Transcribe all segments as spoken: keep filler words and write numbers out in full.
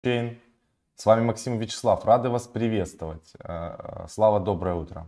С вами Максим и Вячеслав. Рады вас приветствовать. Слава, доброе утро.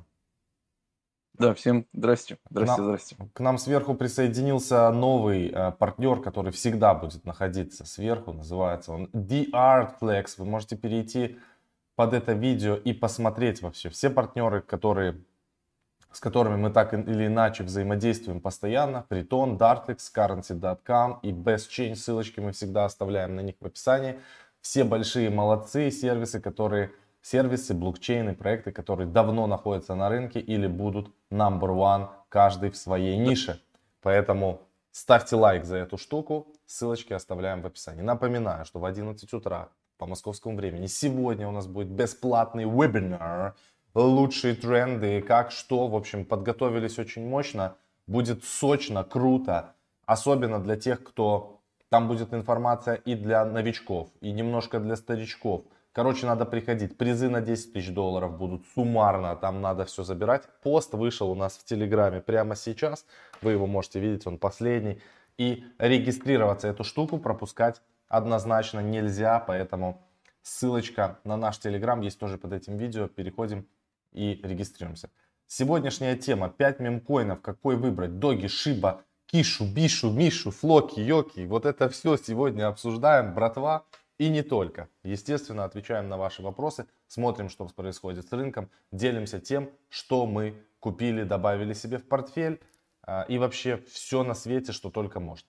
Да, всем здрасте. К Здрасте, нам, здрасте. к нам сверху присоединился новый э, партнер, который всегда будет находиться сверху. Называется он TheArtFlex. Вы можете перейти под это видео и посмотреть вообще все партнеры, которые, с которыми мы так или иначе взаимодействуем постоянно. Притон, Dartflex, Currency точка com и BestChange. Ссылочки мы всегда оставляем на них в описании. Все большие молодцы, сервисы, которые... Сервисы, блокчейны, проекты, которые давно находятся на рынке или будут number one, каждый в своей нише. Поэтому ставьте лайк за эту штуку, ссылочки оставляем в описании. Напоминаю, что в одиннадцать утра по московскому времени сегодня у нас будет бесплатный вебинар. Лучшие тренды, как что. В общем, подготовились очень мощно. Будет сочно, круто. Особенно для тех, кто... Там будет информация и для новичков, и немножко для старичков. Короче, надо приходить. Призы на десять тысяч долларов будут суммарно. Там надо все забирать. Пост вышел у нас в Телеграме прямо сейчас. Вы его можете видеть, он последний. И регистрироваться эту штуку пропускать однозначно нельзя. Поэтому ссылочка на наш Телеграм есть тоже под этим видео. Переходим и регистрируемся. Сегодняшняя тема. пять мемкоинов. Какой выбрать? Доги, Шиба, Кишу, Бишу, Мишу, Флоки, Йоки. Вот это все сегодня обсуждаем, братва. И не только. Естественно, отвечаем на ваши вопросы, смотрим, что происходит с рынком, делимся тем, что мы купили, добавили себе в портфель и вообще все на свете, что только можно.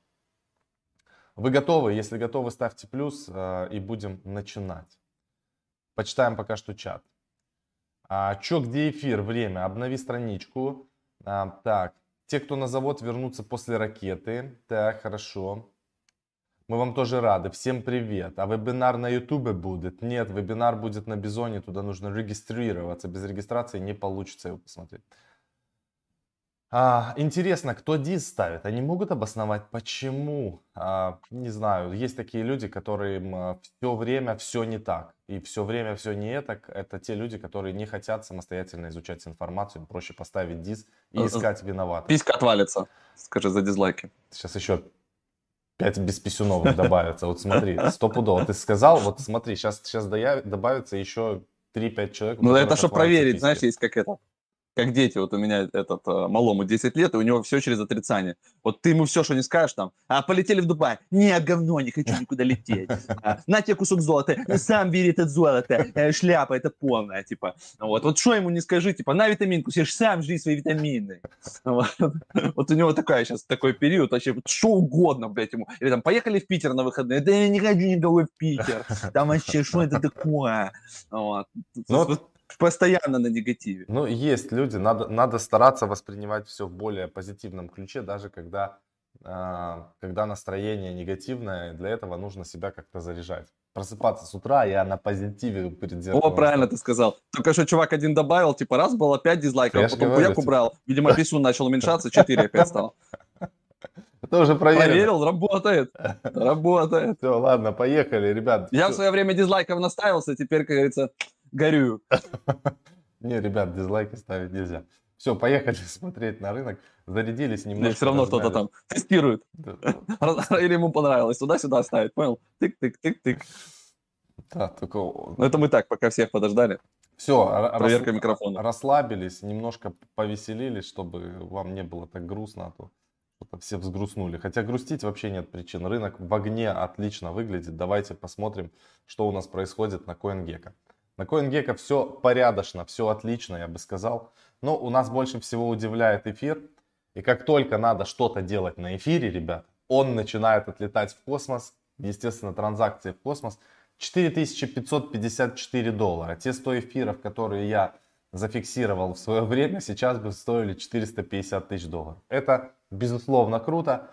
Вы готовы? Если готовы, ставьте плюс и будем начинать. Почитаем пока что чат. Чё, где эфир? Время. Обнови страничку. Так, те, кто на завод, вернутся после ракеты. Так, хорошо. Мы вам тоже рады. Всем привет. А вебинар на ютубе будет? Нет, вебинар будет на Бизоне. Туда нужно регистрироваться. Без регистрации не получится его посмотреть. А, интересно, кто диз ставит? Они могут обосновать, почему? А, не знаю. Есть такие люди, которым все время все не так. И все время все не так. Это те люди, которые не хотят самостоятельно изучать информацию. Им проще поставить диз и искать виноватых. Писька отвалится, скажи за дизлайки. Сейчас еще пять бесписюновых добавится. Вот смотри, стопудово. Ты сказал, вот смотри, сейчас, сейчас добавится еще три-пять человек. Ну это чтобы проверить, знаешь, есть как это. Как дети, вот у меня этот малому десять лет, и у него все через отрицание. Вот ты ему все, что не скажешь, там, а полетели в Дубай. Не, говно, не хочу никуда лететь. А, на тебе кусок золота, сам бери это золото, шляпа это полная, типа. Вот, вот что ему не скажи, типа, на витаминку, съешь сам, жри свои витамины. Вот, вот у него такая сейчас, такой период, вообще, что угодно, блядь, ему. Или там, поехали в Питер на выходные, да я не хочу никого в Питер. Там вообще, что это такое? Вот. Ну, постоянно на негативе. Ну, есть люди, надо, надо стараться воспринимать все в более позитивном ключе, даже когда, э, когда настроение негативное, для этого нужно себя как-то заряжать. Просыпаться с утра, я на позитиве перед зеркалом. О, правильно ты сказал. Только что чувак один добавил, типа раз было пять дизлайков, Я а потом говорю, хуяк типа... убрал. Видимо, писюн начал уменьшаться, четыре опять стало. Это уже проверено. Проверил, работает. Работает. Все, ладно, поехали, ребят. Я в свое время дизлайков наставился, теперь, как говорится, горю. Не, ребят, дизлайки ставить нельзя. Все, поехали смотреть на рынок. Зарядились немножко. Нет, все равно кто-то там тестирует. Или ему понравилось. Туда-сюда ставить, понял? Тык-тык-тык-тык. Да, только... Ну это мы так, пока всех подождали. Все, проверка рас... микрофона. Расслабились, немножко повеселились, чтобы вам не было так грустно, а то что-то все взгрустнули. Хотя грустить вообще нет причин. Рынок в огне отлично выглядит. Давайте посмотрим, что у нас происходит на CoinGecko. На CoinGecko все порядочно, все отлично, я бы сказал. Но у нас больше всего удивляет эфир. И как только надо что-то делать на эфире, ребят, он начинает отлетать в космос. Естественно, транзакции в космос. четыре тысячи пятьсот пятьдесят четыре доллара. Те сто эфиров, которые я зафиксировал в свое время, сейчас бы стоили четыреста пятьдесят тысяч долларов. Это, безусловно, круто.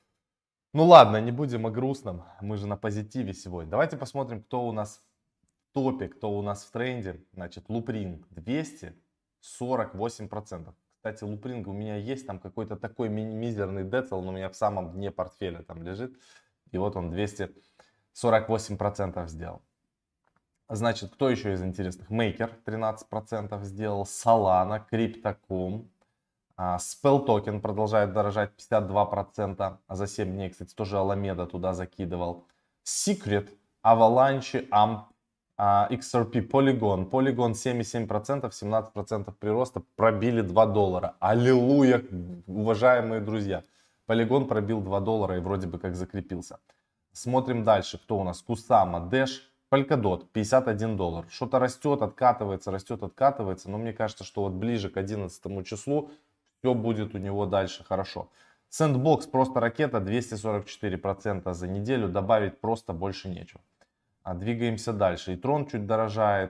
Ну ладно, не будем о грустном. Мы же на позитиве сегодня. Давайте посмотрим, кто у нас в топе, кто у нас в тренде. Значит, Loopring двести сорок восемь процентов. Кстати, Loopring у меня есть. Там какой-то такой мизерный децл, но у меня в самом дне портфеля там лежит. И вот он двести сорок восемь процентов сделал. Значит, кто еще из интересных? Maker тринадцать процентов сделал. Solana, Crypto.com. Spell Token продолжает дорожать пятьдесят два процента. А за семь дней, кстати, тоже Alameda туда закидывал. Secret Avalanche, Amp, икс ар пи, Polygon. Polygon семь и семь процентов, семнадцать процентов прироста, пробили два доллара. Аллилуйя, уважаемые друзья. Polygon пробил два доллара и вроде бы как закрепился. Смотрим дальше, кто у нас? Кусама, Dash, Polkadot, пятьдесят один доллар. Что-то растет, откатывается, растет, откатывается. Но мне кажется, что вот ближе к одиннадцатому числу все будет у него дальше хорошо. Sandbox просто ракета, двести сорок четыре процента за неделю. Добавить просто больше нечего. А двигаемся дальше. И Трон чуть дорожает.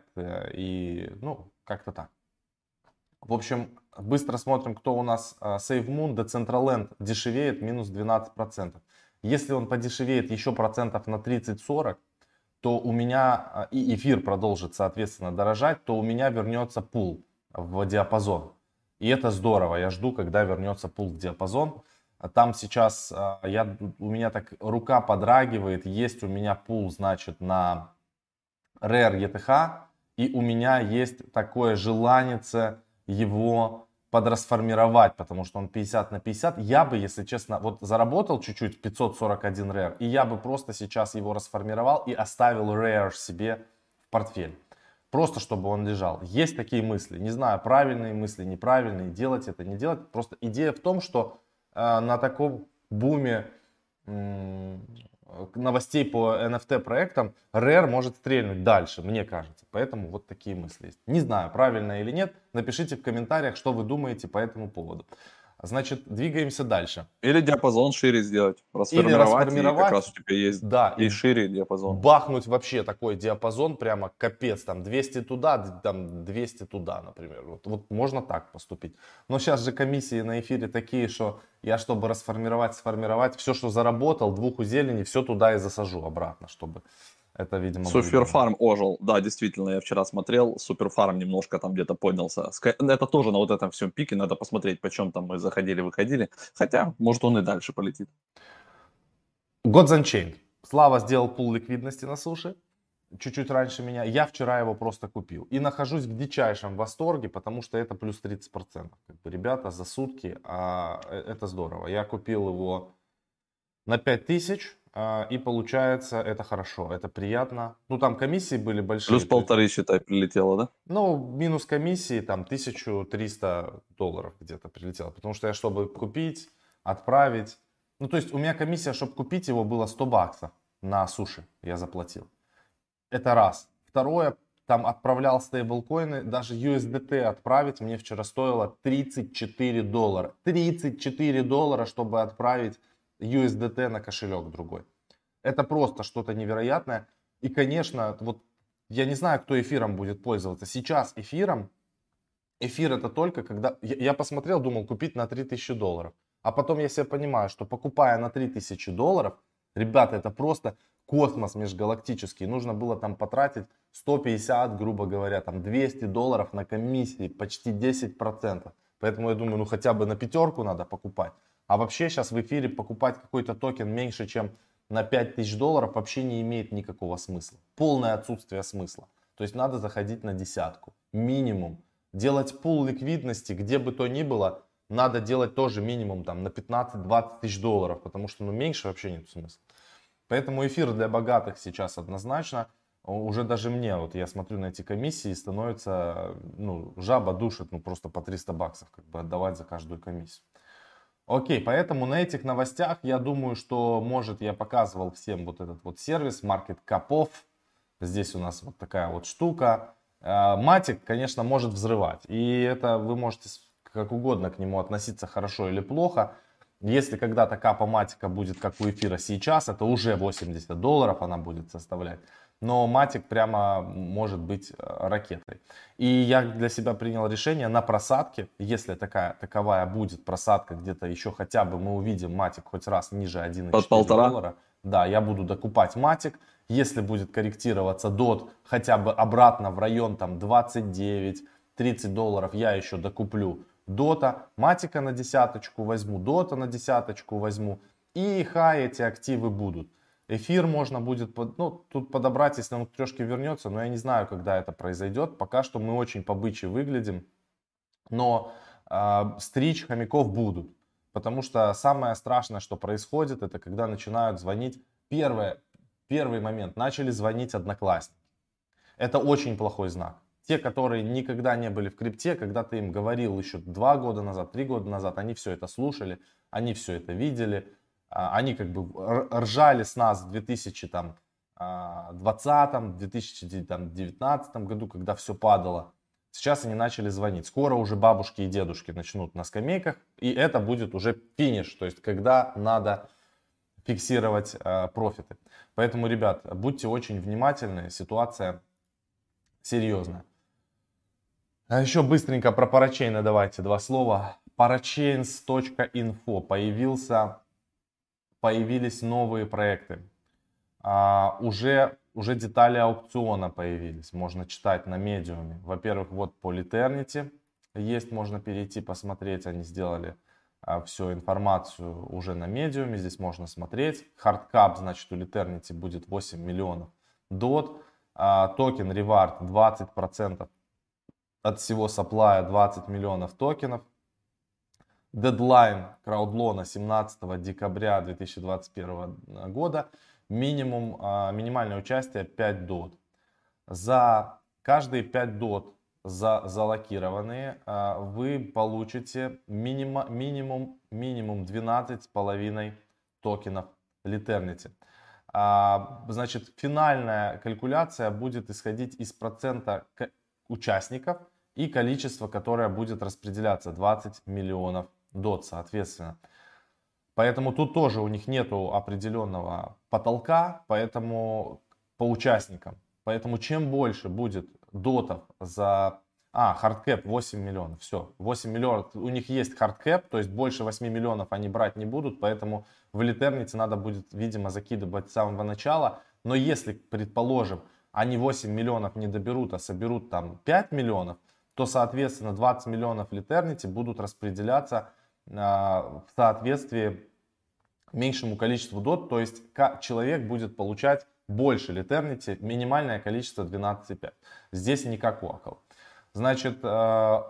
И ну, как-то так. В общем, быстро смотрим, кто у нас. SaveMoon, Decentraland дешевеет, минус двенадцать процентов. Если он подешевеет еще процентов на тридцать-сорок, то у меня и эфир продолжит, соответственно, дорожать, то у меня вернется пул в диапазон. И это здорово. Я жду, когда вернется пул в диапазон. Там сейчас я, у меня так рука подрагивает. Есть у меня пул, значит, на Rare и ти эйч. И у меня есть такое желание его подрасформировать, потому что он пятьдесят на пятьдесят. Я бы, если честно, вот заработал чуть-чуть пятьсот сорок один Rare, и я бы просто сейчас его расформировал и оставил Rare себе в портфель. Просто чтобы он лежал. Есть такие мысли. Не знаю, правильные мысли, неправильные, делать это, не делать. Просто идея в том, что э, на таком буме э, новостей по эн эф ти проектам Rare может стрельнуть дальше, мне кажется. Поэтому вот такие мысли есть. Не знаю, правильно или нет. Напишите в комментариях, что вы думаете по этому поводу. Значит, двигаемся дальше. Или диапазон шире сделать. Расформировать, Или расформировать, и как раз у тебя есть да, и, и шире диапазон. Бахнуть вообще такой диапазон, прямо капец, там двести туда, там двести туда, например. Вот, вот можно так поступить. Но сейчас же комиссии на эфире такие, что я, чтобы расформировать, сформировать, все, что заработал, двух у зелени, все туда и засажу обратно, чтобы это, видимо, Суперфарм ожил. Да, действительно, я вчера смотрел. Суперфарм немножко там где-то поднялся. Это тоже на вот этом всем пике. Надо посмотреть, почем там мы заходили, выходили. Хотя, может, он и дальше полетит. Gods Unchained. Слава сделал пул ликвидности на суше. Чуть-чуть раньше меня. Я вчера его просто купил. И нахожусь в дичайшем восторге, потому что это плюс тридцать процентов. Как бы, ребята, за сутки. А, это здорово. Я купил его на пять тысяч. И получается, это хорошо, это приятно. Ну, там комиссии были большие. Плюс полторы, считай, прилетело, да? Ну, минус комиссии, там, тысяча триста долларов где-то прилетело. Потому что я, чтобы купить, отправить... Ну, то есть, у меня комиссия, чтобы купить его, было сто баксов на суши я заплатил. Это раз. Второе, там отправлял стейблкоины, даже ю эс ди ти отправить мне вчера стоило тридцать четыре доллара. тридцать четыре доллара, чтобы отправить ю эс ди ти на кошелек другой. Это просто что-то невероятное. И, конечно, вот я не знаю, кто эфиром будет пользоваться. Сейчас эфиром, эфир это только когда... Я, я посмотрел, думал купить на три тысячи долларов. А потом я себе понимаю, что покупая на три тысячи долларов, ребята, это просто космос межгалактический. Нужно было там потратить сто пятьдесят, грубо говоря, там двести долларов на комиссии, почти десять процентов. Поэтому я думаю, ну хотя бы на пятерку надо покупать. А вообще сейчас в эфире покупать какой-то токен меньше, чем на пять тысяч долларов вообще не имеет никакого смысла. Полное отсутствие смысла. То есть надо заходить на десятку. Минимум. Делать пул ликвидности, где бы то ни было, надо делать тоже минимум там, на пятнадцать-двадцать тысяч долларов. Потому что ну, меньше вообще нет смысла. Поэтому эфир для богатых сейчас однозначно. Уже даже мне, вот я смотрю на эти комиссии, становится, ну, жаба душит, ну, просто по триста баксов как бы отдавать за каждую комиссию. Окей, поэтому на этих новостях я думаю, что, может, я показывал всем вот этот вот сервис MarketCapOff. Здесь у нас вот такая вот штука. Матик, конечно, может взрывать. И это вы можете как угодно к нему относиться, хорошо или плохо. Если когда-то капа матика будет как у эфира сейчас, это уже восемьдесят долларов она будет составлять. Но матик прямо может быть ракетой. И я для себя принял решение на просадке, если такая таковая будет просадка, где-то еще хотя бы мы увидим матик хоть раз ниже один и четыре доллара. Да, я буду докупать матик. Если будет корректироваться дот хотя бы обратно в район там двадцать девять тридцать долларов, я еще докуплю дота. Матика на десяточку возьму, дота на десяточку возьму. И хай эти активы будут. Эфир можно будет, ну, тут подобрать, если он к трешке вернется, но я не знаю, когда это произойдет. Пока что мы очень по-бычьи выглядим, но э, стричь хомяков будут. Потому что самое страшное, что происходит, это когда начинают звонить. Первое, Первый момент. Начали звонить одноклассники. Это очень плохой знак. Те, которые никогда не были в крипте, когда ты им говорил еще два года назад, три года назад, они все это слушали, они все это видели. Они как бы ржали с нас в две тысячи двадцатом, две тысячи девятнадцатом году, когда все падало. Сейчас они начали звонить. Скоро уже бабушки и дедушки начнут на скамейках, и это будет уже финиш, то есть когда надо фиксировать э, профиты. Поэтому, ребят, будьте очень внимательны, ситуация серьезная. А еще быстренько про парачейны давайте два слова. парачейнс точка инфо появился, появились новые проекты. А, уже, уже детали аукциона появились, можно читать на медиуме. Во-первых, вот по Liternity есть, можно перейти посмотреть, они сделали а, всю информацию уже на медиуме, здесь можно смотреть. Хардкап, значит, у Liternity будет восемь миллионов дот, а, токен Reward двадцать процентов от всего сапплая, двадцать миллионов токенов. Дедлайн краудлона семнадцатого декабря две тысячи двадцать первого года. Минимум, минимальное участие пять дот. За каждые пять дот за, залокированные вы получите минимум, минимум, минимум двенадцать с половиной токенов Liternity. Значит, финальная калькуляция будет исходить из процента участников и количество, которое будет распределяться, двадцать миллионов дот, соответственно. Поэтому тут тоже у них нету определенного потолка, поэтому по участникам. Поэтому чем больше будет дотов за... А, хардкэп восемь миллионов, все. восемь миллионов, у них есть хардкэп, то есть больше восьми миллионов они брать не будут, поэтому в Liternity надо будет, видимо, закидывать с самого начала. Но если, предположим, они восемь миллионов не доберут, а соберут там пять миллионов, то, соответственно, двадцать миллионов Liternity будут распределяться в соответствии меньшему количеству дот, то есть человек будет получать больше Liternity, минимальное количество двенадцать и пять. Здесь не как Oracle. Значит, Early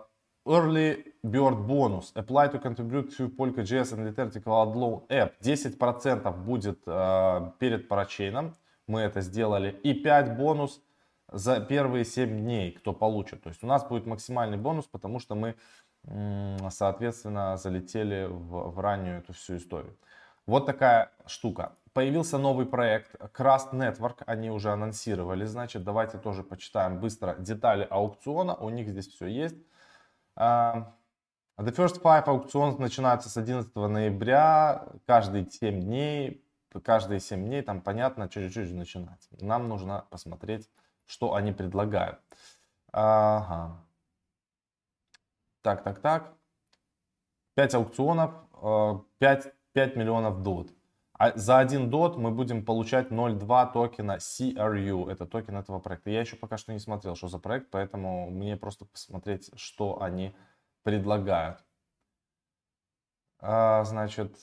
Bird Bonus, Apply to contribute to Polka.js and Liternity Cloud Loan App, десять процентов будет перед парачейном, мы это сделали, и пять бонус за первые семь дней, кто получит. То есть у нас будет максимальный бонус, потому что мы, соответственно, залетели в, в раннюю эту всю историю. Вот такая штука. Появился новый проект Crust Network, они уже анонсировали, значит, давайте тоже почитаем быстро детали аукциона, у них здесь все есть. Uh, the first five аукцион начинается с одиннадцатого ноября, каждые семь дней, каждые семь дней, там понятно, чуть-чуть начинается. Нам нужно посмотреть, что они предлагают. Ага. Так, так, так. пять аукционов, пять, пять миллионов дот. А за один дот мы будем получать ноль целых два токена си ар ю. Это токен этого проекта. Я еще пока что не смотрел, что за проект, поэтому мне просто посмотреть, что они предлагают. А, значит,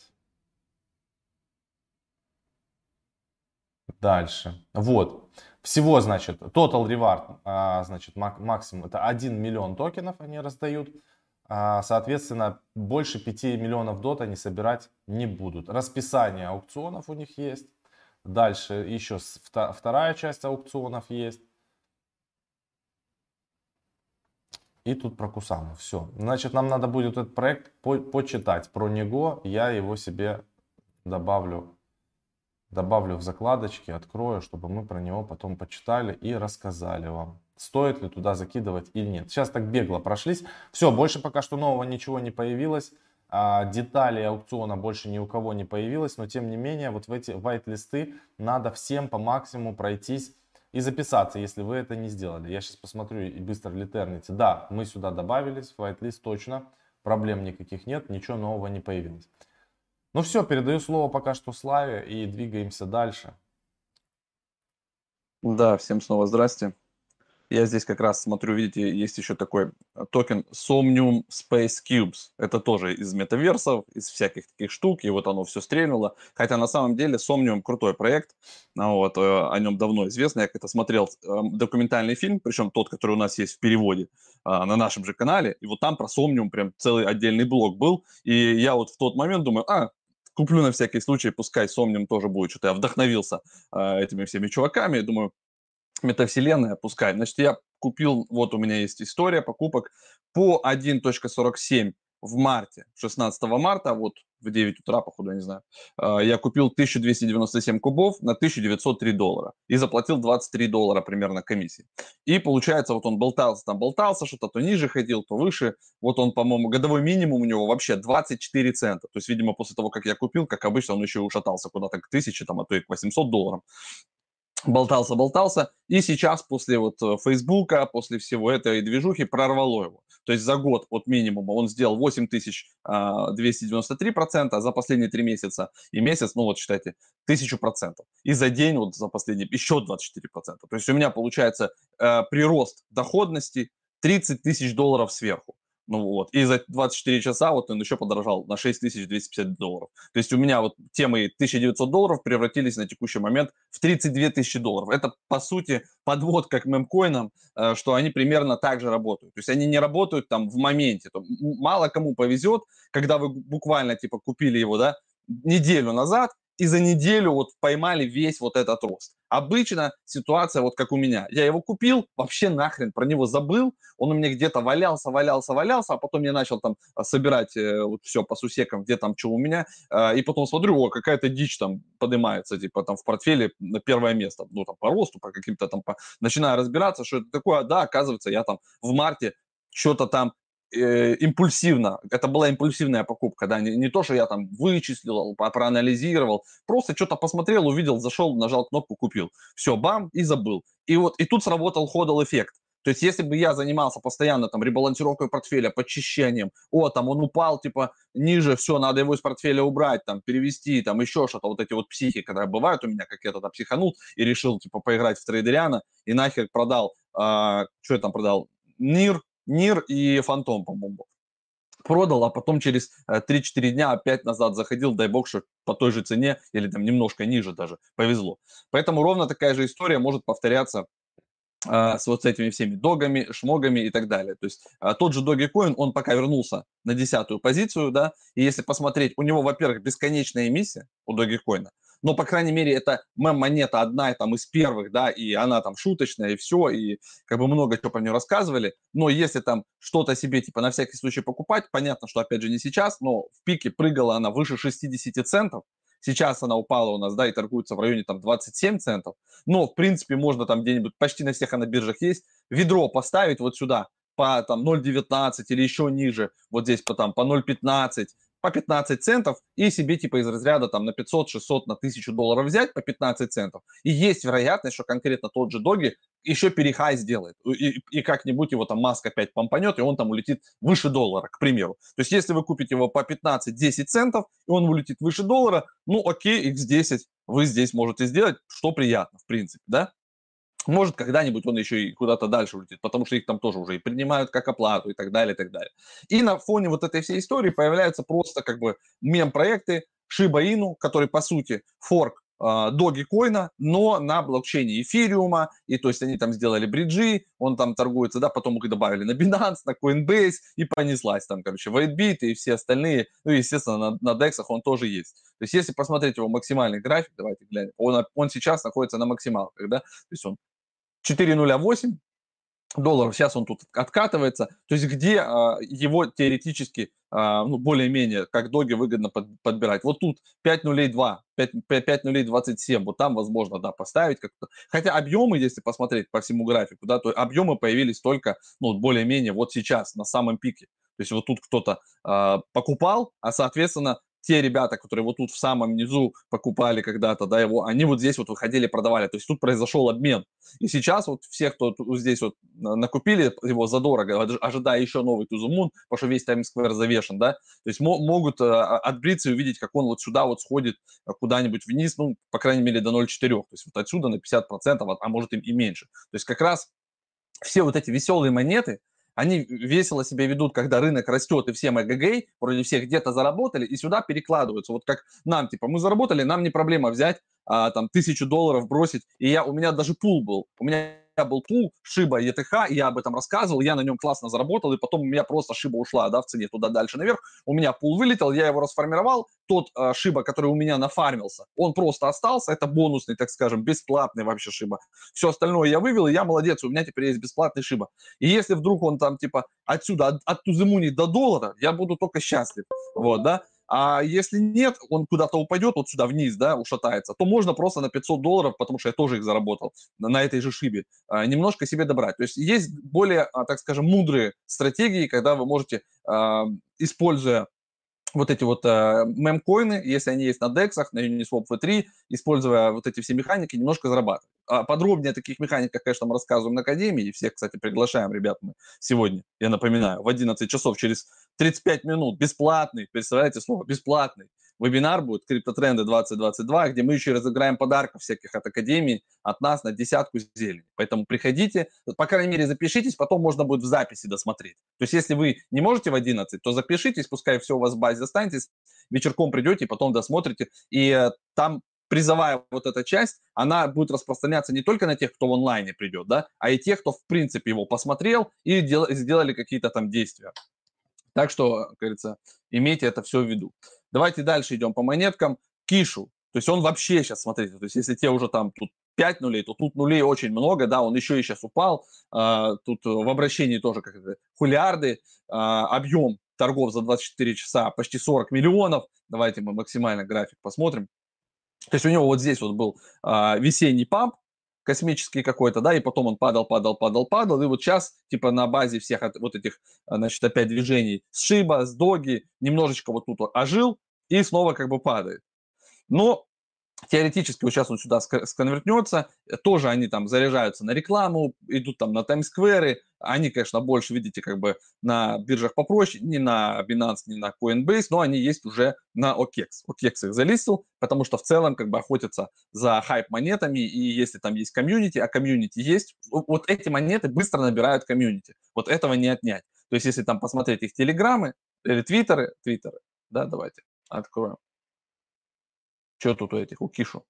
дальше. Вот. Всего, значит, total reward, а, значит, максимум, это один миллион токенов они раздают. А, соответственно, больше пяти миллионов дот они собирать не будут. Расписание аукционов у них есть. Дальше еще вторая часть аукционов есть. И тут про Кусаму. Все. Значит, нам надо будет этот проект по почитать. Про него я его себе добавлю. Добавлю в закладочки, открою, чтобы мы про него потом почитали и рассказали вам, стоит ли туда закидывать или нет. Сейчас так бегло прошлись. Все, больше пока что нового ничего не появилось. А, деталей аукциона больше ни у кого не появилось. Но тем не менее, вот в эти white-листы надо всем по максимуму пройтись и записаться, если вы это не сделали. Я сейчас посмотрю и быстро в Liternity. Да, мы сюда добавились, в white-лист точно. Проблем никаких нет, ничего нового не появилось. Ну все, передаю слово пока что Славе и двигаемся дальше. Да, всем снова здрасте. Я здесь как раз смотрю, видите, есть еще такой токен Somnium Space Cubes. Это тоже из метаверсов, из всяких таких штук, и вот оно все стрельнуло. Хотя на самом деле Somnium крутой проект, вот, о нем давно известно. Я как-то смотрел документальный фильм, причем тот, который у нас есть в переводе на нашем же канале, и вот там про Somnium прям целый отдельный блок был. И я вот в тот момент думаю, а, куплю на всякий случай, пускай Сомним тоже будет, что-то я вдохновился э, этими всеми чуваками, думаю, метавселенная, пускай. Значит, я купил, вот у меня есть история покупок по один точка сорок семь в марте, шестнадцатого марта, вот в девять утра, походу, я не знаю, э, я купил тысячу двести девяносто семь кубов на тысячу девятьсот три доллара и заплатил двадцать три доллара примерно комиссии. И получается, вот он болтался, там болтался, что-то то ниже ходил, то выше. Вот он, по-моему, годовой минимум у него вообще двадцать четыре цента. То есть, видимо, после того, как я купил, как обычно, он еще ушатался куда-то к тысяче, там, а то и к восемьсот долларам. Болтался, болтался, и сейчас после вот Фейсбука, после всего этой движухи прорвало его. То есть за год от минимума он сделал восемь тысяч двести девяносто три процента, а за последние три месяца и месяц, ну вот считайте, тысячу процентов. И за день вот за последний еще двадцать четыре процента. То есть у меня получается э, прирост доходности тридцать тысяч долларов сверху. Ну вот, и за двадцать четыре часа вот он еще подорожал на шесть тысяч двести пятьдесят долларов. То есть у меня вот те мои тысяча девятьсот долларов превратились на текущий момент в тридцать две тысячи долларов. Это, по сути, подводка к мемкоинам, что они примерно так же работают. То есть они не работают там в моменте. Мало кому повезет, когда вы буквально типа купили его, да, неделю назад, и за неделю вот поймали весь вот этот рост. Обычно ситуация вот как у меня. Я его купил, вообще нахрен про него забыл. Он у меня где-то валялся, валялся, валялся, а потом я начал там собирать э, вот все по сусекам, где там что у меня. Э, и потом смотрю, о, какая-то дичь там поднимается, типа там в портфеле на первое место. Ну там по росту, по каким-то там, по... начинаю разбираться, что это такое. Да, оказывается, я там в марте что-то там импульсивно, это была импульсивная покупка, да, не, не то, что я там вычислил, проанализировал, просто что-то посмотрел, увидел, зашел, нажал кнопку, купил. Все, бам, и забыл. И вот, и тут сработал ходл эффект. То есть, если бы я занимался постоянно там ребалансировкой портфеля, подчищением, о, там он упал, типа, ниже, все, надо его из портфеля убрать, там, перевести, там, еще что-то, вот эти вот психи, когда бывают у меня, как я тогда психанул и решил, типа, поиграть в трейдериана, и нахер продал, а, что я там продал, НИР, НИР и Фантом, по-моему, продал, а потом через три-четыре дня опять назад заходил, дай бог, что по той же цене или там немножко ниже даже, повезло. Поэтому ровно такая же история может повторяться а, с вот этими всеми догами, шмогами и так далее. То есть а, тот же Dogecoin, он пока вернулся на десятую позицию, да, и если посмотреть, у него, во-первых, бесконечная эмиссия у Dogecoin, но, по крайней мере, это мем-монета одна там из первых, да, и она там шуточная, и все, и как бы много чего про нее рассказывали, но если там что-то себе, типа, на всякий случай покупать, понятно, что, опять же, не сейчас, но в пике прыгала она выше шестьдесят центов, сейчас она упала у нас, да, и торгуется в районе там двадцать семь центов, но, в принципе, можно там где-нибудь, почти на всех на биржах есть, ведро поставить вот сюда, по там ноль девятнадцать или еще ниже, вот здесь по там по ноль пятнадцать, по пятнадцать центов и себе типа из разряда там на пятьсот, шестьсот, на тысячу долларов взять по пятнадцать центов. И есть вероятность, что конкретно тот же Доги еще перехай сделает. И, и как-нибудь его там Маск опять помпанет, и он там улетит выше доллара, к примеру. То есть если вы купите его по пятнадцать-десять центов, и он улетит выше доллара, ну окей, икс десять вы здесь можете сделать, что приятно, в принципе, да? Может, когда-нибудь он еще и куда-то дальше улетит, потому что их там тоже уже и принимают как оплату и так далее, и так далее. И на фоне вот этой всей истории появляются просто как бы мем-проекты Shiba Inu, который, по сути, форк э, Dogecoin, но на блокчейне эфириума, и то есть они там сделали бриджи, он там торгуется, да, потом их добавили на Binance, на Coinbase, и понеслась там, короче, WhiteBit и все остальные, ну, и, естественно, на, на дексах он тоже есть. То есть если посмотреть его максимальный график, давайте глянем, он, он сейчас находится на максималках, да, то есть он четыре ноль восемь долларов, сейчас он тут откатывается, то есть где а, его теоретически а, ну, более-менее, как доги, выгодно под, подбирать. Вот тут пять ноль два, пять ноль двадцать семь, вот там возможно, да, поставить как-то. Хотя объемы, если посмотреть по всему графику, да, то объемы появились только, ну, более-менее вот сейчас, на самом пике. То есть вот тут кто-то а, покупал, а, соответственно, те ребята, которые вот тут в самом низу покупали когда-то, да, его, они вот здесь вот выходили, продавали. То есть тут произошел обмен. И сейчас вот все, кто вот здесь вот накупили его задорого, ожидая еще новый To The Moon, потому что весь Times Square завешен, да, то есть могут отбриться и увидеть, как он вот сюда вот сходит куда-нибудь вниз, ну, по крайней мере, до ноль целых четыре десятых. То есть вот отсюда на пятьдесят процентов, а может и меньше. То есть как раз все вот эти веселые монеты, они весело себя ведут, когда рынок растет, и всем эгэгэй, вроде всех где-то заработали, и сюда перекладываются. Вот как нам, типа, мы заработали, нам не проблема взять, а, там, тысячу долларов бросить, и я, у меня даже пул был, у меня был пул Шиба и и ти эйч, я об этом рассказывал, я на нем классно заработал, и потом у меня просто Шиба ушла, да, в цене туда дальше наверх, у меня пул вылетел, я его расформировал, тот э, Шиба, который у меня нафармился, он просто остался, это бонусный, так скажем, бесплатный вообще Шиба. Все остальное я вывел, и я молодец, у меня теперь есть бесплатный Шиба. И если вдруг он там, типа, отсюда, от, от Туземуни до доллара, я буду только счастлив, вот, да. А если нет, он куда-то упадет, вот сюда вниз, да, ушатается, то можно просто на пятьсот долларов, потому что я тоже их заработал на, на этой же Шибе, а, немножко себе добрать. То есть есть более, а, так скажем, мудрые стратегии, когда вы можете, а, используя вот эти вот э, мемкоины, если они есть на дексах, на Uniswap ви три, используя вот эти все механики, немножко зарабатывать. А подробнее о таких механиках, конечно, мы рассказываем на Академии, и всех, кстати, приглашаем, ребят, мы сегодня, я напоминаю, в одиннадцать часов через тридцать пять минут, бесплатный, представляете слово, бесплатный вебинар будет «Криптотренды двадцать двадцать два», где мы еще разыграем подарков всяких от Академии, от нас на десятку зелени. Поэтому приходите, по крайней мере, запишитесь, потом можно будет в записи досмотреть. То есть, если вы не можете в одиннадцать, то запишитесь, пускай все у вас в базе останетесь, вечерком придете, потом досмотрите, и э, там призовая вот эта часть, она будет распространяться не только на тех, кто в онлайне придет, да, а и тех, кто, в принципе, его посмотрел и дел, сделали какие-то там действия. Так что, как говорится, имейте это все в виду. Давайте дальше идем по монеткам. Кишу. То есть он вообще сейчас, смотрите, то есть если те уже там тут пять нулей, то тут нулей очень много, да, он еще и сейчас упал. А, тут в обращении тоже как это, хулиарды, а, объем торгов за двадцать четыре часа почти сорок миллионов. Давайте мы максимально график посмотрим. То есть у него вот здесь вот был а, весенний памп, космический какой-то, да, и потом он падал, падал, падал, падал, и вот сейчас, типа, на базе всех от, вот этих, значит, опять движений с Шиба, с Доги, немножечко вот тут вот ожил и снова как бы падает. Но теоретически вот сейчас он сюда сконвертнется, тоже они там заряжаются на рекламу, идут там на таймскверы, они, конечно, больше, видите, как бы на биржах попроще, не на Binance, не на Coinbase, но они есть уже на о кекс. о кекс их залистил, потому что в целом как бы охотятся за хайп-монетами, и если там есть комьюнити, а комьюнити есть, вот эти монеты быстро набирают комьюнити, вот этого не отнять. То есть если там посмотреть их телеграммы или твиттеры, твиттеры, да, давайте откроем. Что тут у этих, у Кишу?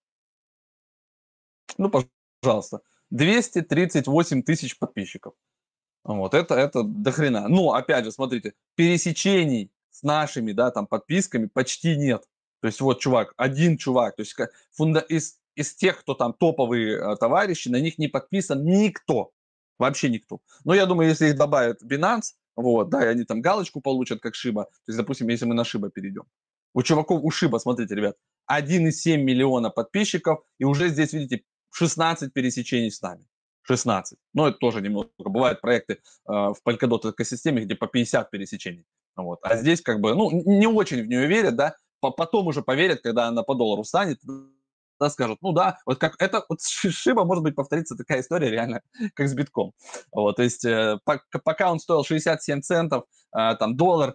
Ну, пожалуйста. двести тридцать восемь тысяч подписчиков. Вот, это, это дохрена. Но, опять же, смотрите, пересечений с нашими, да, там, подписками почти нет. То есть, вот, чувак, один чувак, то есть, фунда... из, из тех, кто там топовые э, товарищи, на них не подписан никто. Вообще никто. Но я думаю, если их добавят Binance, вот, да, и они там галочку получат, как Шиба, то есть, допустим, если мы на Шиба перейдем. У чуваков, у Шиба, смотрите, ребят, один и семь миллиона подписчиков, и уже здесь, видите, шестнадцать пересечений с нами. шестнадцать. Но это тоже немного. Бывают проекты э, в Polkadot экосистеме, где по пятьдесят пересечений. Вот. А здесь как бы, ну, не очень в нее верят, да, потом уже поверят, когда она по доллару станет, да, скажут, ну да, вот как это, вот Шиба, может быть, повторится такая история реально, как с битком. Вот, то есть э, пока он стоил шестьдесят семь центов, э, там, доллар,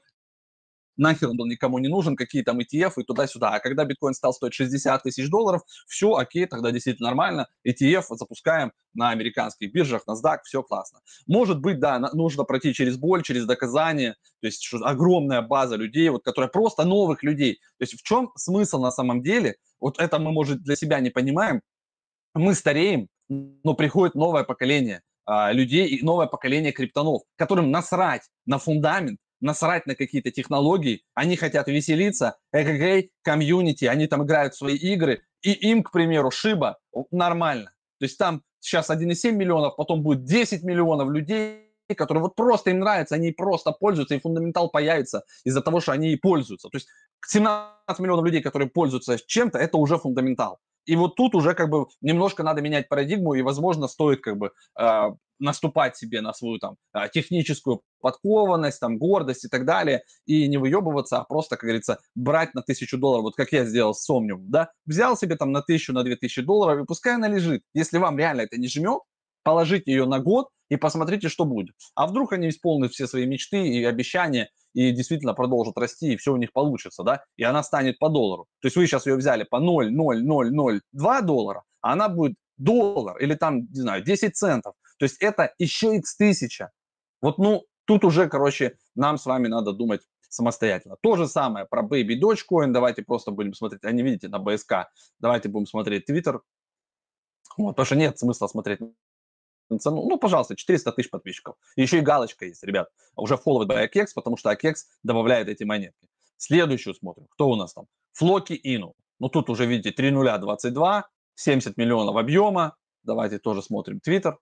нахер он был никому не нужен, какие там и ти эф и туда-сюда. А когда биткоин стал стоить шестьдесят тысяч долларов, все, окей, тогда действительно нормально, и ти эф запускаем на американских биржах, NASDAQ, все классно. Может быть, да, нужно пройти через боль, через доказание, то есть что огромная база людей, вот, которая просто новых людей. То есть в чем смысл на самом деле? Вот это мы, может, для себя не понимаем. Мы стареем, но приходит новое поколение а, людей и новое поколение криптонов, которым насрать на фундамент, насрать на какие-то технологии, они хотят веселиться, эгэгэй, комьюнити, они там играют в свои игры, и им, к примеру, Шиба нормально. То есть там сейчас один и семь миллионов, потом будет десять миллионов людей, которые вот просто им нравится, они просто пользуются, и фундаментал появится из-за того, что они и пользуются. То есть семнадцать миллионов людей, которые пользуются чем-то, это уже фундаментал. И вот тут уже как бы немножко надо менять парадигму, и, возможно, стоит как бы э, наступать себе на свою там техническую подкованность, там, гордость и так далее, и не выебываться, а просто, как говорится, брать на тысячу долларов, вот как я сделал с Somnium, да, взял себе там на тысячу, на две тысячи долларов, и пускай она лежит. Если вам реально это не жмет, положите ее на год и посмотрите, что будет. А вдруг они исполнят все свои мечты и обещания, и действительно продолжат расти, и все у них получится, да, и она станет по доллару. То есть вы сейчас ее взяли по ноль целых ноль ноль ноль два доллара, а она будет доллар или там, не знаю, десять центов. То есть это еще икс тысяча. Вот, ну, тут уже, короче, нам с вами надо думать самостоятельно. То же самое про Baby Dogecoin. Давайте просто будем смотреть, а не видите, на би эс кей. Давайте будем смотреть Twitter. Вот, потому что нет смысла смотреть цену, ну, пожалуйста, четыреста тысяч подписчиков. И еще и галочка есть, ребят, уже followed by Akex, потому что Akex добавляет эти монетки. Следующую смотрим, кто у нас там? Флоки Ину. Ну, тут уже, видите, три нуля двадцать два, семьдесят миллионов объема. Давайте тоже смотрим Twitter.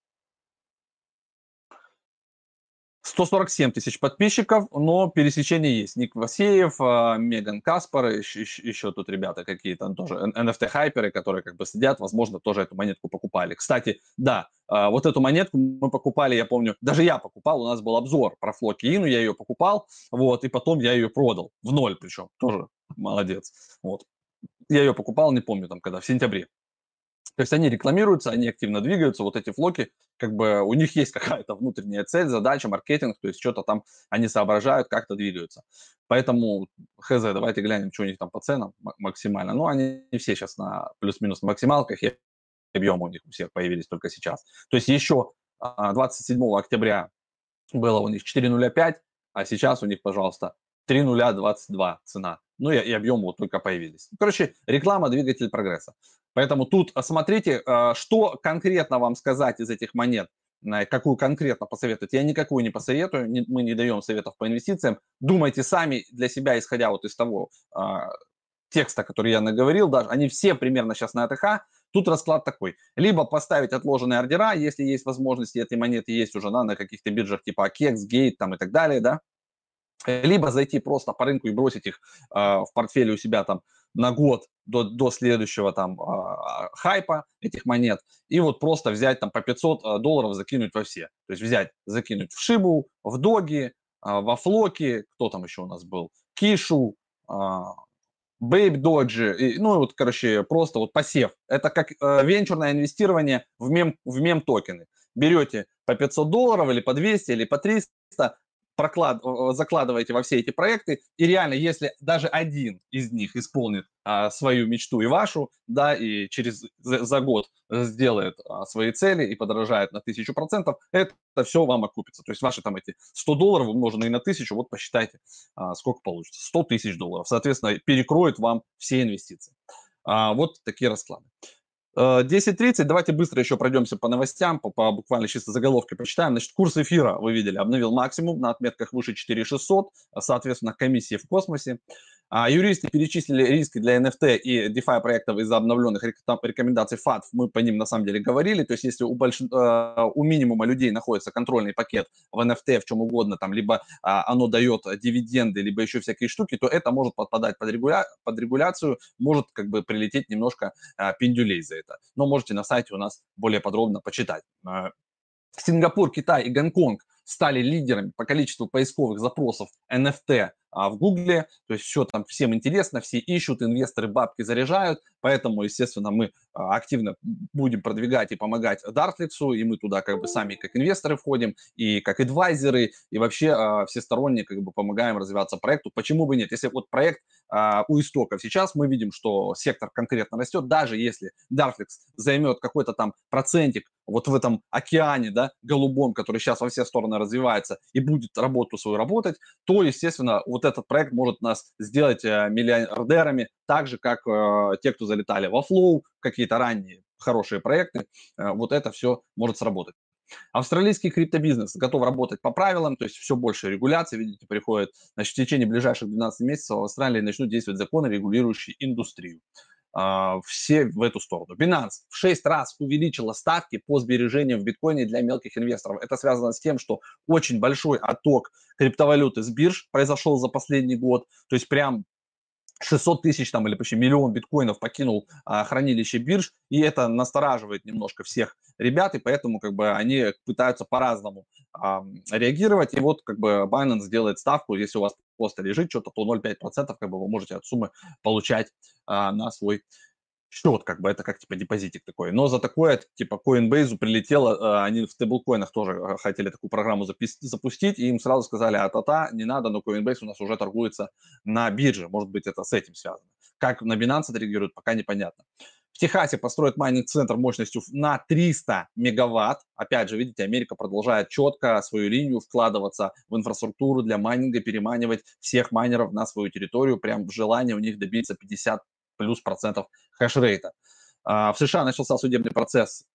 сто сорок семь тысяч подписчиков, но пересечение есть. Ник Васеев, Меган Каспар, еще, еще тут ребята какие-то тоже, эн эф ти-хайперы, которые как бы сидят, возможно, тоже эту монетку покупали. Кстати, да, вот эту монетку мы покупали, я помню, даже я покупал, у нас был обзор про Флоки Ину, я ее покупал, вот, и потом я ее продал, в ноль причем, тоже молодец, вот. Я ее покупал, не помню, там, когда, в сентябре. То есть они рекламируются, они активно двигаются, вот эти флоки, как бы у них есть какая-то внутренняя цель, задача, маркетинг, то есть что-то там они соображают, как-то двигаются. Поэтому, хз, давайте глянем, что у них там по ценам максимально. Ну, они все сейчас на плюс-минус максималках, и объемы у них у всех появились только сейчас. То есть еще двадцать седьмого октября было у них четыре нуля пять, а сейчас у них, пожалуйста, три нуля двадцать два цена. Ну и, и объемы вот только появились. Короче, реклама – двигатель прогресса. Поэтому тут смотрите, что конкретно вам сказать из этих монет, какую конкретно посоветовать. Я никакую не посоветую, мы не даем советов по инвестициям. Думайте сами для себя, исходя вот из того текста, который я наговорил, даже они все примерно сейчас на АТХ. Тут расклад такой. Либо поставить отложенные ордера, если есть возможности, этой монеты есть уже да, на каких-то биржах типа Akex, Gate там, и так далее, да. Либо зайти просто по рынку и бросить их э, в портфеле у себя там на год до, до следующего там э, хайпа этих монет. И вот просто взять там по пятьсот долларов, закинуть во все. То есть взять, закинуть в Шибу, в Доги, э, во Флоки, кто там еще у нас был, Кишу, э, Бейб Доджи, ну вот, короче, просто вот посев. Это как э, венчурное инвестирование в мем, в мем-токены. Берете по пятьсот долларов или по двести, или по триста, проклад, закладываете во все эти проекты, и реально, если даже один из них исполнит а, свою мечту и вашу, да, и через за, за год сделает а, свои цели и подорожает на тысячу процентов, это все вам окупится. То есть ваши там эти сто долларов умноженные на тысячу, вот посчитайте, а, сколько получится. сто тысяч долларов. Соответственно, перекроет вам все инвестиции. А, вот такие расклады. десять тридцать, давайте быстро еще пройдемся по новостям, по, по буквально чисто заголовки почитаем. Значит, курс эфира, вы видели, обновил максимум на отметках выше четыре тысячи шестьсот, соответственно, комиссии в космосе. А, юристы перечислили риски для эн эф ти и DeFi проектов из-за обновленных рекомендаций эф эй ти эф. Мы по ним на самом деле говорили. То есть если у, большин... у минимума людей находится контрольный пакет в эн эф ти, в чем угодно, там, либо а, оно дает дивиденды, либо еще всякие штуки, то это может подпадать под, регуля... под регуляцию, может как бы прилететь немножко а, пиндюлей за это. Но можете на сайте у нас более подробно почитать. Сингапур, Китай и Гонконг стали лидерами по количеству поисковых запросов эн эф ти в Гугле, то есть все там всем интересно, все ищут, инвесторы бабки заряжают, поэтому, естественно, мы активно будем продвигать и помогать Dartflix, и мы туда как бы сами как инвесторы входим, и как адвайзеры, и вообще всесторонне как бы помогаем развиваться проекту. Почему бы нет? Если вот проект у истоков сейчас, мы видим, что сектор конкретно растет, даже если Dartflix займет какой-то там процентик вот в этом океане, да, голубом, который сейчас во все стороны развивается и будет работу свою работать, то, естественно, вот этот проект может нас сделать э, миллиардерами, так же, как э, те, кто залетали во Flow, какие-то ранние хорошие проекты, э, вот это все может сработать. Австралийский криптобизнес готов работать по правилам, то есть все больше регуляций, видите, приходит. Значит, в течение ближайших двенадцати месяцев в Австралии начнут действовать законы, регулирующие индустрию. Uh, все в эту сторону. Binance в шесть раз увеличила ставки по сбережениям в биткоине для мелких инвесторов. Это связано с тем, что очень большой отток криптовалюты с бирж произошел за последний год. То есть прям шестьсот тысяч там или почти миллион биткоинов покинул а, хранилище бирж, и это настораживает немножко всех ребят, и поэтому как бы они пытаются по-разному а, реагировать, и вот как бы Binance делает ставку, если у вас просто лежит что-то, то ноль целых пять десятых процента как бы вы можете от суммы получать а, на свой счет, как бы это как типа депозитик такой. Но за такое типа Coinbase прилетело, они в стейблкоинах тоже хотели такую программу запустить, и им сразу сказали, а-та-та, не надо, но Coinbase у нас уже торгуется на бирже. Может быть, это с этим связано. Как на Binance это реагирует, пока непонятно. В Техасе построят майнинг-центр мощностью на триста мегаватт. Опять же, видите, Америка продолжает четко свою линию вкладываться в инфраструктуру для майнинга, переманивать всех майнеров на свою территорию. Прям желание у них добиться пятьдесят плюс процентов хэшрейта. В США начался судебный процесс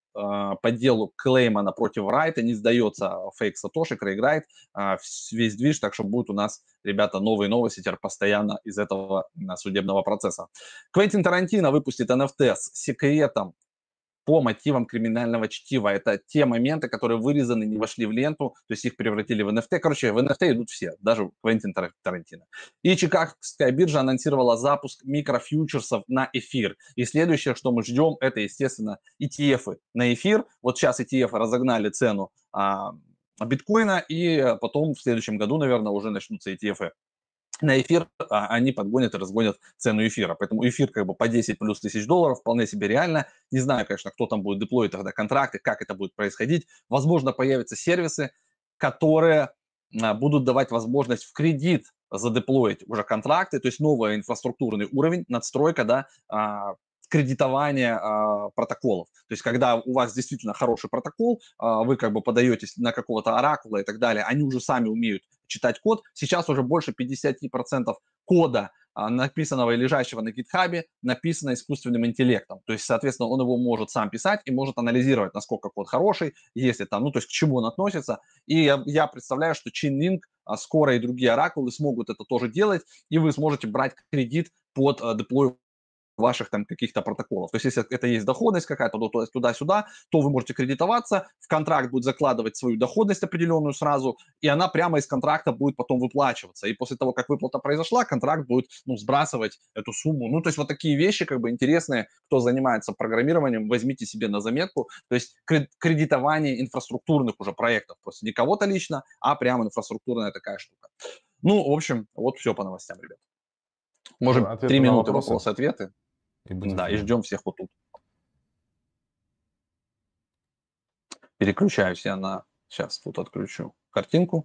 э, по делу Клеймана против Райта, не сдается фейк Сатоши, Крейг Райт, э, весь движ, так что будут у нас, ребята, новые новости теперь постоянно из этого э, судебного процесса. Квентин Тарантино выпустит эн эф ти с секретом по мотивам криминального чтива. Это те моменты, которые вырезаны, не вошли в ленту, то есть их превратили в эн эф ти. Короче, в эн эф ти идут все, даже Квентин Тарантино. И Чикагская биржа анонсировала запуск микрофьючерсов на эфир. И следующее, что мы ждем, это, естественно, и ти эф на эфир. Вот сейчас и ти эф разогнали цену а, биткоина, и потом в следующем году, наверное, уже начнутся и ти эф на эфир, а они подгонят и разгонят цену эфира. Поэтому эфир как бы по десять плюс тысяч долларов вполне себе реально. Не знаю, конечно, кто там будет деплоить тогда контракты, как это будет происходить. Возможно, появятся сервисы, которые а, будут давать возможность в кредит задеплоить уже контракты, то есть новый инфраструктурный уровень, надстройка, да, а, кредитование а, протоколов. То есть, когда у вас действительно хороший протокол, а, вы как бы подаетесь на какого-то оракула и так далее, они уже сами умеют читать код. Сейчас уже больше пятьдесят процентов кода, а, написанного и лежащего на гитхабе, написано искусственным интеллектом. То есть, соответственно, он его может сам писать и может анализировать, насколько код хороший, если там, ну, то есть, к чему он относится. И я, я представляю, что Chainlink, а, скоро и другие оракулы смогут это тоже делать, и вы сможете брать кредит под а, деплой ваших там каких-то протоколов. То есть, если это есть доходность какая-то туда-сюда, то вы можете кредитоваться, в контракт будет закладывать свою доходность определенную сразу, и она прямо из контракта будет потом выплачиваться. И после того, как выплата произошла, контракт будет, ну, сбрасывать эту сумму. Ну, то есть, вот такие вещи как бы интересные. Кто занимается программированием, возьмите себе на заметку. То есть, кредитование инфраструктурных уже проектов. Просто не кого-то лично, а прямо инфраструктурная такая штука. Ну, в общем, вот все по новостям, ребят. Можем три минуты вопросы-ответы. И да, и ждем всех вот тут. Переключаюсь я на... Сейчас тут отключу картинку.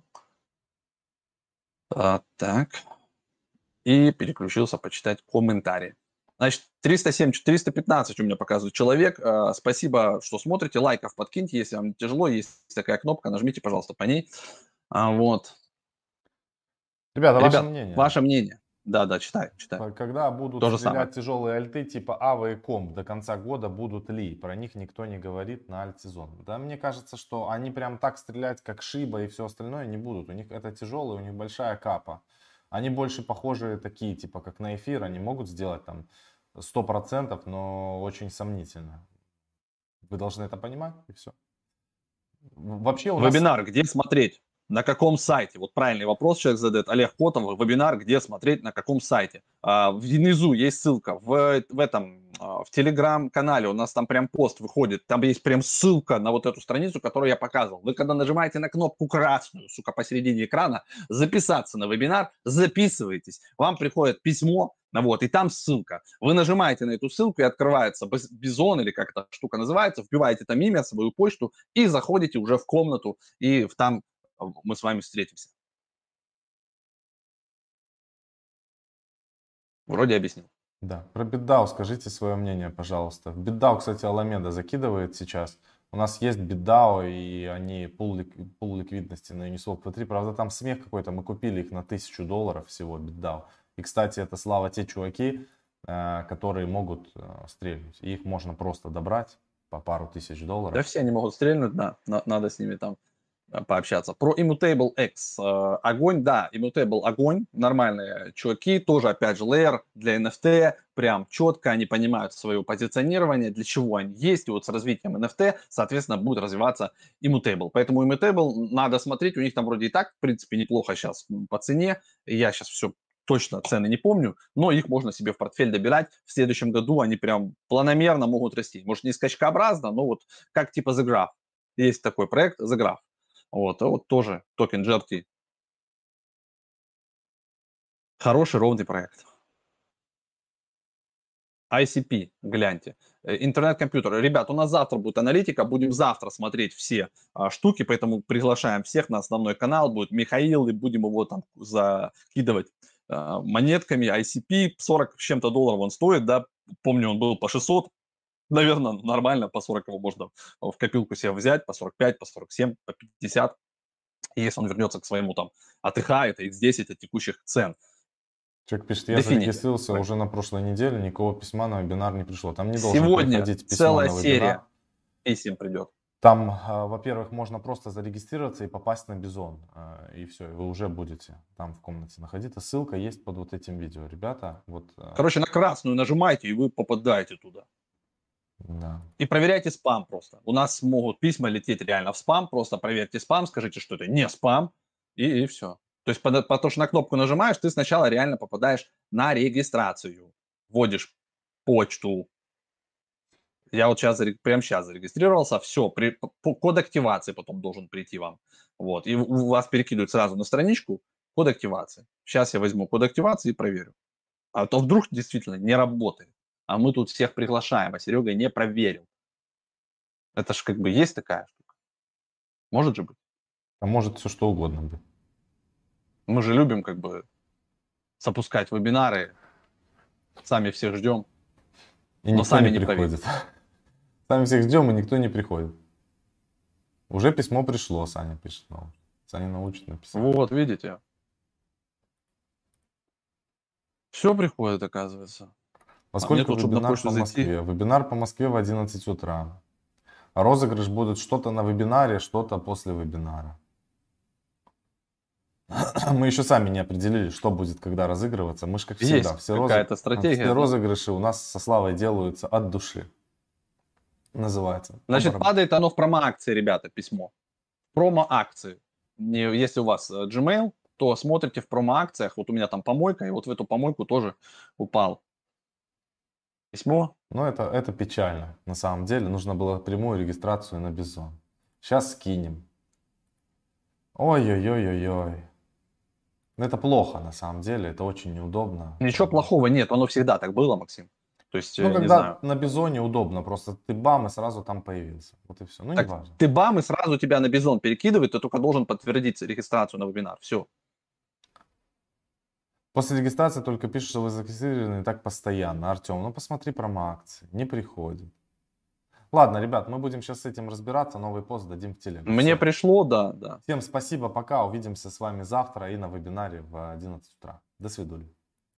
А, так. И переключился почитать комментарии. Значит, триста семь триста пятнадцать у меня показывает человек. А, спасибо, что смотрите. Лайков подкиньте, если вам тяжело. Есть такая кнопка, нажмите, пожалуйста, по ней. А, вот. Ребята, Ребят, ваше мнение. Ваше мнение. Да, да, читай, читай. Когда будут То же стрелять самое. тяжелые альты типа Ава и Комп до конца года, будут ли? Про них никто не говорит на альт-сезон. Да, мне кажется, что они прям так стрелять, как Шиба и все остальное, не будут. У них это тяжелые, у них большая капа. Они больше похожи такие, типа как на эфир. Они могут сделать там сто процентов, но очень сомнительно. Вы должны это понимать, и все. Вообще у нас... Вебинар, где смотреть? На каком сайте? Вот правильный вопрос человек задает. Олег Котов, вебинар, где смотреть, на каком сайте? А, внизу есть ссылка. В, в этом, в телеграм-канале у нас там прям пост выходит. Там есть прям ссылка на вот эту страницу, которую я показывал. Вы когда нажимаете на кнопку красную, сука, посередине экрана, записаться на вебинар, записываетесь. Вам приходит письмо, вот, и там ссылка. Вы нажимаете на эту ссылку, и открывается Бизон, или как эта штука называется, вбиваете там имя, свою почту, и заходите уже в комнату, и там мы с вами встретимся. Вроде объяснил. Да, про BitDAO скажите свое мнение, пожалуйста. В BitDAO, кстати, Alameda закидывает сейчас. У нас есть BitDAO, и они пул, пул ликвидности на Uniswap ви три. Правда, там смех какой-то. Мы купили их на тысячу долларов всего, BitDAO. И, кстати, это слава те чуваки, которые могут стрельнуть. И их можно просто добрать по пару тысяч долларов. Да все они могут стрельнуть, да. Надо с ними там пообщаться. Про Immutable X. Огонь, да, Immutable огонь. Нормальные чуваки. Тоже, опять же, layer для эн эф ти. Прям четко они понимают свое позиционирование, для чего они есть. И вот с развитием эн эф ти, соответственно, будет развиваться Immutable. Поэтому Immutable надо смотреть. У них там вроде и так, в принципе, неплохо сейчас по цене. Я сейчас все точно цены не помню, но их можно себе в портфель добирать. В следующем году они прям планомерно могут расти. Может, не скачкообразно, но вот как типа The Graph. Есть такой проект The Graph. Вот, а вот тоже токен джи ар ти. Хороший, ровный проект. ай си пи, гляньте. Интернет-компьютер. Ребят, у нас завтра будет аналитика, будем завтра смотреть все а, штуки, поэтому приглашаем всех на основной канал. Будет Михаил, и будем его там закидывать а, монетками. ай си пи сорок с чем-то долларов он стоит, да, помню, он был по шестьсот. Наверное, нормально, по сорок его можно в копилку себе взять, по сорок пять, по сорок семь, по пятьдесят. И если он вернется к своему там эй ти эйч, это икс десять от текущих цен. Человек пишет, я зарегистрировался уже на прошлой неделе, никакого письма на вебинар не пришло. Там не должен Сегодня приходить письмо целая на вебинар. серия. писем придет. Там, а, во-первых, можно просто зарегистрироваться и попасть на Бизон. а, И все, вы уже будете там в комнате находиться. Ссылка есть под вот этим видео, ребята. Вот, а, Короче, на красную нажимаете, и вы попадаете туда. да. И проверяйте спам просто. У нас могут письма лететь реально в спам. Просто проверьте спам, скажите, что это не спам, и, и все. То есть, под- потому что на кнопку нажимаешь, ты сначала реально попадаешь на регистрацию. Вводишь почту. Я вот сейчас, прямо сейчас зарегистрировался, все, при, по- код активации потом должен прийти вам. Вот, и у у вас перекидывают сразу на страничку код активации. Сейчас я возьму код активации и проверю. А то вдруг действительно не работает. А мы тут всех приглашаем, а Серега не проверил. Это ж как бы есть такая штука. Может же быть. А может все что угодно быть. Мы же любим как бы запускать вебинары, сами всех ждем, И но никто сами не не проверим. приходит. Сами всех ждем, и никто не приходит. Уже письмо пришло, Саня пишет. Ну, Саня научит написать. Вот, видите. Все приходит, оказывается. Во А мне сколько тут, чтобы на вебинар почту по зайти, Москве? Вебинар по Москве в одиннадцать утра. А розыгрыш будет что-то на вебинаре, что-то после вебинара. Мы еще сами не определили, что будет, когда разыгрываться. Мы же, как всегда, есть все, какая-то розы... стратегия. все да. розыгрыши у нас со Славой делаются от души. Называется. Значит, Оборот. падает оно в промо-акции, ребята, письмо. Промо-акции. Не- Если у вас э, Gmail, то смотрите в промо-акциях. Вот у меня там помойка, и вот в эту помойку тоже упал письмо. Ну, это, это печально. На самом деле, нужно было прямую регистрацию на Бизон. Сейчас скинем. Ой-ой-ой-ой-ой. Это плохо, на самом деле. Это очень неудобно. Ничего плохого нет, оно всегда так было, Максим. То есть, Ну, э, не когда знаю. на Бизоне удобно. Просто ты бам, и сразу там появился. Вот и все. Ну, не Так важно. ты бам, и сразу тебя на Бизон перекидывает, ты только должен подтвердить регистрацию на вебинар. Все. После регистрации только пишут, что вы зарегистрированы и так постоянно. Артем, ну посмотри промо-акции. Не приходит. Ладно, ребят, мы будем сейчас с этим разбираться. Новый пост дадим в телегу. Мне Всё. пришло, да, да. Всем спасибо, пока. Увидимся с вами завтра и на вебинаре в одиннадцать утра. До свидания.